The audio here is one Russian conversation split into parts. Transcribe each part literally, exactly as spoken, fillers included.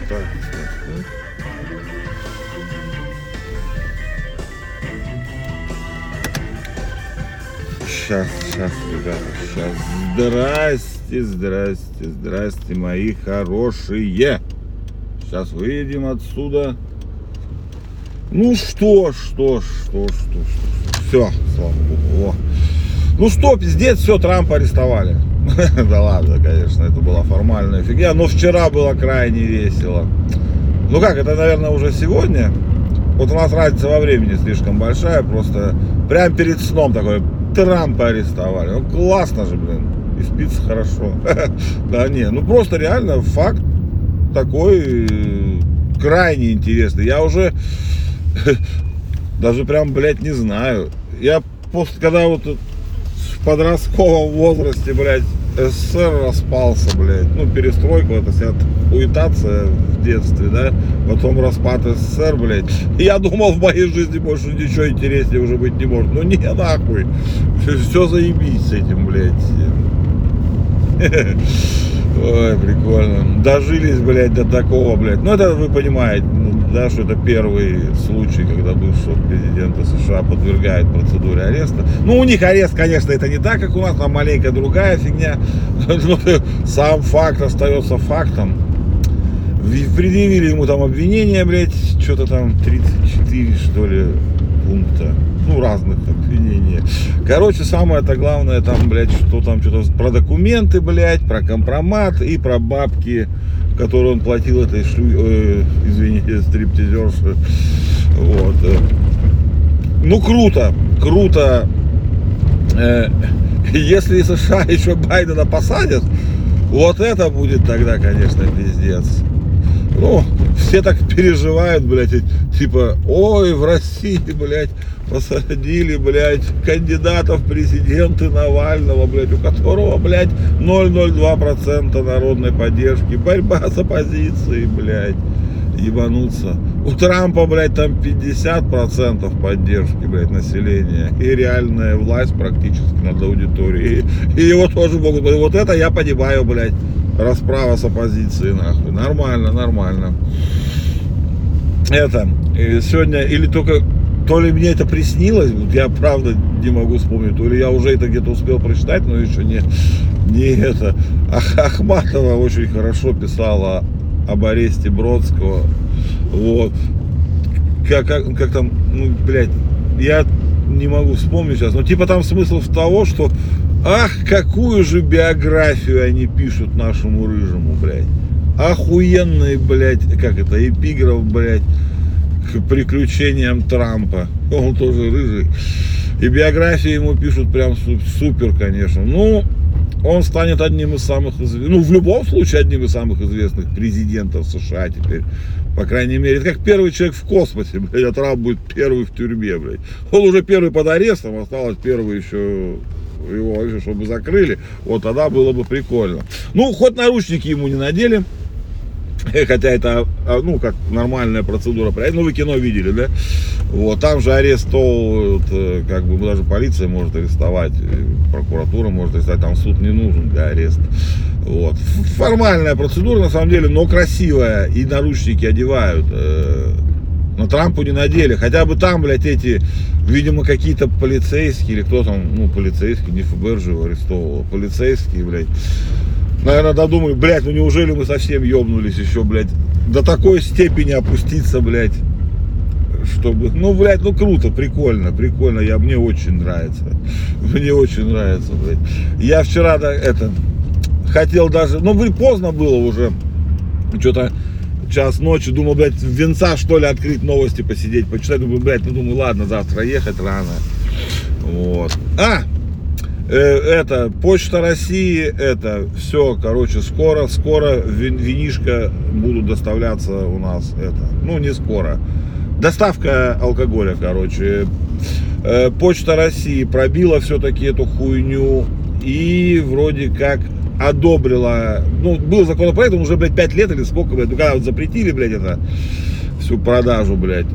Так, так, так. Сейчас, сейчас, ребята, сейчас. Здрасте, здрасте, здрасте, мои хорошие. Сейчас выйдем отсюда. Ну что, что, что, что, что. Все, слава богу. О. Ну что, пиздец, все, Трампа арестовали. Да ладно, конечно, это была формальная фигня. Но вчера было крайне весело. Ну как, это, наверное, уже сегодня. Вот у нас разница во времени слишком большая. Просто прям перед сном такой: Трампа арестовали. Ну классно же, блин. И спится хорошо. Да не, ну просто реально факт такой крайне интересный. Я уже даже прям, блядь, не знаю. Я после, когда вот в подростковом возрасте, блядь, СССР распался, блядь, ну, перестройка, это вся хуитация в детстве, да, потом распад СССР, блядь, и я думал, в моей жизни больше ничего интереснее уже быть не может. Ну, не, нахуй, все заебись с этим, блядь. Ой, прикольно. Дожились, блядь, до такого, блядь. Ну, это вы понимаете, да, что это первый случай, когда бывшего президента США подвергают процедуре ареста. Ну, у них арест, конечно, это не так, как у нас, там маленькая другая фигня. Но сам факт остается фактом. Предъявили ему там обвинения, блядь, что-то там тридцать четыре, что ли, пункта. Ну, разных обвинений. Короче, самое-то главное там, блядь, что там, что-то про документы, блядь, про компромат и про бабки, которые он платил этой шлю... э, извините, стриптизерше. Вот. Ну, круто, круто. Э, если США еще Байдена посадят, вот это будет тогда, конечно, пиздец. Ну, все так переживают, блядь, типа, ой, в России, блядь, посадили, блядь, кандидата в президенты Навального, блядь, у которого, блядь, ноль целых ноль два процента народной поддержки, борьба с оппозицией, блядь, ебануться. У Трампа, блядь, там пятьдесят процентов поддержки, блядь, населения и реальная власть практически над аудиторией. И его тоже могут, вот это я понимаю, блядь. Расправа с оппозицией, нахуй. Нормально, нормально. Это, сегодня, или только, то ли мне это приснилось, вот я правда не могу вспомнить, то ли я уже это где-то успел прочитать, но еще не, не это. Ах, Ахматова очень хорошо писала об аресте Бродского. Вот. Как, как, как там, ну, блядь, я не могу вспомнить сейчас, но типа там смысл в того, что ах, какую же биографию они пишут нашему рыжему, блядь. Охуенный, блядь, как это, эпиграф, блядь, к приключениям Трампа. Он тоже рыжий. И биографии ему пишут прям супер, конечно. Ну, он станет одним из самых известных, ну, в любом случае, одним из самых известных президентов США теперь. По крайней мере, это как первый человек в космосе, блядь, а Трамп будет первый в тюрьме, блядь. Он уже первый под арестом, осталось первый еще... его вообще, чтобы закрыли, вот тогда было бы прикольно. Ну, хоть наручники ему не надели, хотя это, ну, как нормальная процедура, ну, вы кино видели, да? Вот, там же арестовывают, как бы, даже полиция может арестовать, прокуратура может арестовать, там суд не нужен для ареста. Вот, формальная процедура, на самом деле, но красивая, и наручники одевают. Но Трампу не надели, хотя бы там, блядь, эти, видимо, какие-то полицейские, или кто там, ну, полицейский, не ФБР же его арестовывал, полицейские, блядь, наверное, додумали, блядь, ну неужели мы совсем ёбнулись еще, блядь, до такой степени опуститься, блядь, чтобы, ну, блядь, ну, круто, прикольно, прикольно, я, мне очень нравится, мне очень нравится, блядь. Я вчера, да, это, хотел даже, ну, поздно было уже, что-то, час ночи, думал, блядь, в Венца, что ли, открыть новости, посидеть, почитать, думаю, блядь, ну, думаю, ладно, завтра ехать рано, вот. А, э, это, Почта России, это, все, короче, скоро, скоро винишко будут доставляться у нас, это, ну, не скоро, доставка алкоголя, короче, э, Почта России пробила все-таки эту хуйню и вроде как одобрила, ну, был законопроект, он уже, блядь, пять лет или сколько, блядь, ну, когда вот запретили, блядь, это, всю продажу, блядь,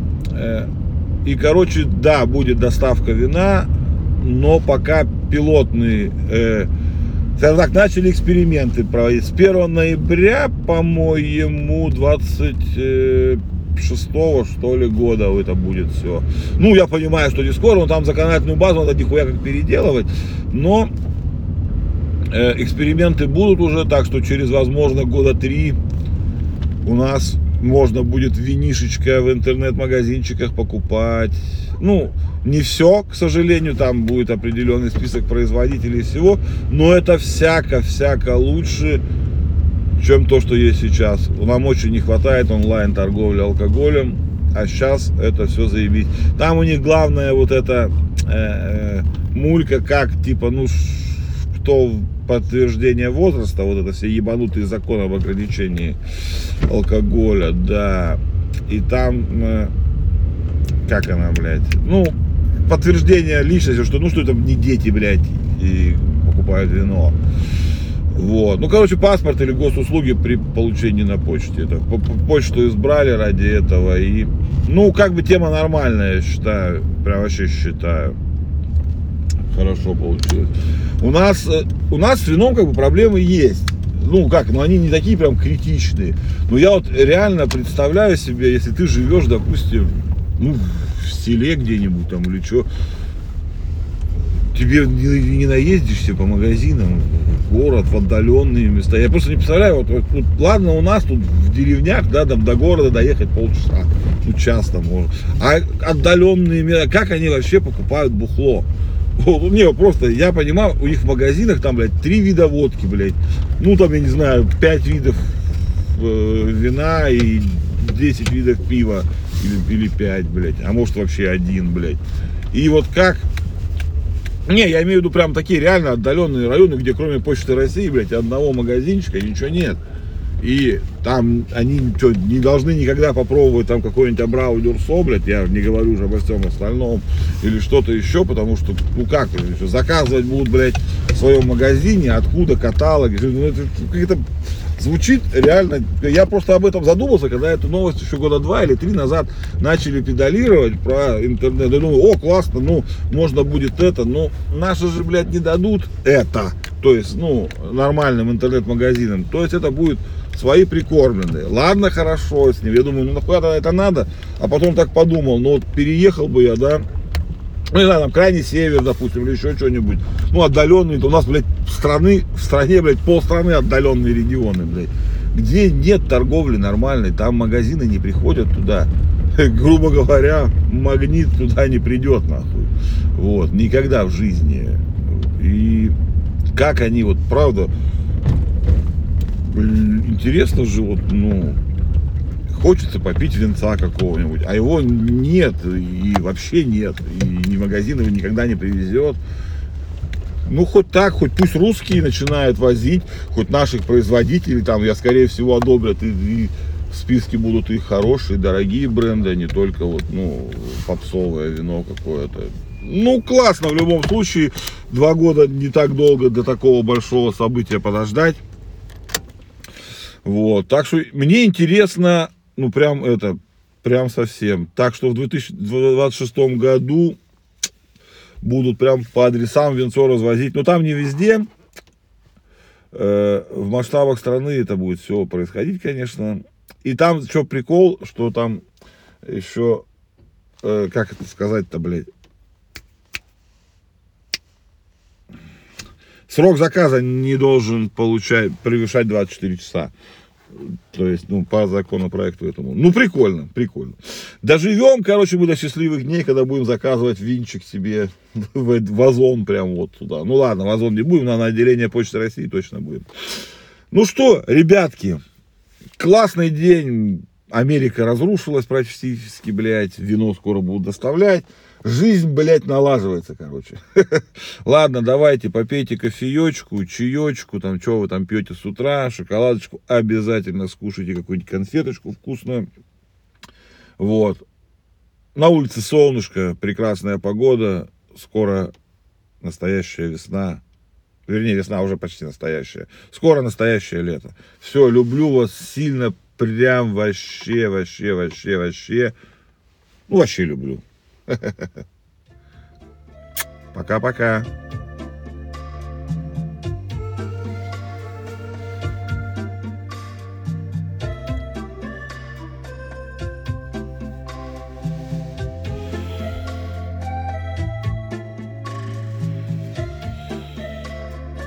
и, короче, да, будет доставка вина, но пока пилотный, э, скажем так, начали эксперименты проводить. С первого ноября, по-моему, двадцать шестого, что ли, года это будет все. Ну, я понимаю, что не скоро, но там законодательную базу надо нихуя как переделывать. Но э, эксперименты будут уже, так что через, возможно, года три у нас можно будет винишечка в интернет-магазинчиках покупать. Ну, не все, к сожалению, там будет определенный список производителей всего, но это всяко-всяко лучше, чем то, что есть сейчас. Нам очень не хватает онлайн-торговли алкоголем, а сейчас это все заебись. Там у них главное вот эта э, мулька, как типа, ну, кто подтверждение возраста, вот это все ебанутые законы об ограничении алкоголя, да, и там, э, как она, блядь, ну, подтверждение личности, что, ну, что это не дети, блядь, и покупают вино. Вот. Ну, короче, паспорт или госуслуги при получении на почте. Это почту избрали ради этого. И, ну, как бы тема нормальная, я считаю. Прям вообще считаю. Хорошо получилось. У нас, у нас с вином как бы проблемы есть. Ну, как, ну, они не такие прям критичные. Но я вот реально представляю себе, если ты живешь, допустим, ну, в селе где-нибудь там или что, тебе не, не наездишься по магазинам, в город, в отдаленные места. Я просто не представляю, вот, вот, вот ладно, у нас тут в деревнях, да, там до города доехать полчаса, ну, часто можно. А отдаленные места, как они вообще покупают бухло? Вот, не, просто, я понимаю, у них в магазинах там, блядь, три вида водки, блядь, ну, там, я не знаю, пять видов э, вина и десять видов пива, или, или пять, блядь, а может вообще один, блядь. И вот как... Не, я имею в виду прям такие реально отдаленные районы, где кроме Почты России, блядь, одного магазинчика ничего нет. И там они что, не должны никогда попробовать там какой-нибудь Абрау Дюрсо, блядь, я не говорю уже обо всем остальном, или что-то еще, потому что, ну как, заказывать будут, блядь, в своем магазине, откуда каталоги, ну, это как-то звучит реально. Я просто об этом задумался, когда эту новость еще года два или три назад начали педалировать про интернет. Я думаю, о, классно, ну, можно будет это, но наши же, блядь, не дадут это, то есть, ну, нормальным интернет-магазинам, то есть это будет свои прикормленные. Ладно, хорошо с ним, я думаю, ну, нахуя это надо, а потом так подумал, ну, вот переехал бы я, да, ну, не знаю, там, крайний север, допустим, или еще что-нибудь, ну, отдаленные, то у нас, блядь, страны, в стране, блядь, полстраны отдаленные регионы, блядь, где нет торговли нормальной, там магазины не приходят туда, грубо говоря, магнит туда не придет, нахуй, вот, никогда в жизни. И как они, вот, правда, интересно же, вот, ну, хочется попить винца какого-нибудь, а его нет, и вообще нет, и магазин его никогда не привезет. Ну, хоть так, хоть пусть русские начинают возить, хоть наших производителей, там, я, скорее всего, одобрят, и, и в списке будут их хорошие, дорогие бренды, а не только, вот, ну, попсовое вино какое-то. Ну, классно, в любом случае, два года не так долго до такого большого события подождать. Вот, так что мне интересно, ну, прям это, прям совсем. Так что в две тысячи двадцать шестом году будут прям по адресам винцо развозить. Но там не везде. Э, в масштабах страны это будет все происходить, конечно. И там, что прикол, что там еще, э, как это сказать-то, блядь. Срок заказа не должен получать, превышать двадцать четыре часа. То есть, ну, по законопроекту этому. Ну, прикольно, прикольно. Доживем, короче, мы до счастливых дней, когда будем заказывать винчик себе в, в Озон прям вот туда. Ну, ладно, в Озон не будем, но на отделение Почты России точно будем. Ну что, ребятки, классный день. Америка разрушилась практически, блядь. Вино скоро будут доставлять. Жизнь, блядь, налаживается, короче. Ладно, давайте, попейте кофеечку, чаечку, там, что вы там пьете с утра, шоколадочку, обязательно скушайте какую-нибудь конфеточку вкусную. Вот. На улице солнышко, прекрасная погода, скоро настоящая весна. Вернее, весна уже почти настоящая. Скоро настоящее лето. Все, люблю вас сильно, прям вообще, вообще, вообще, вообще. Ну, вообще люблю. Пока-пока.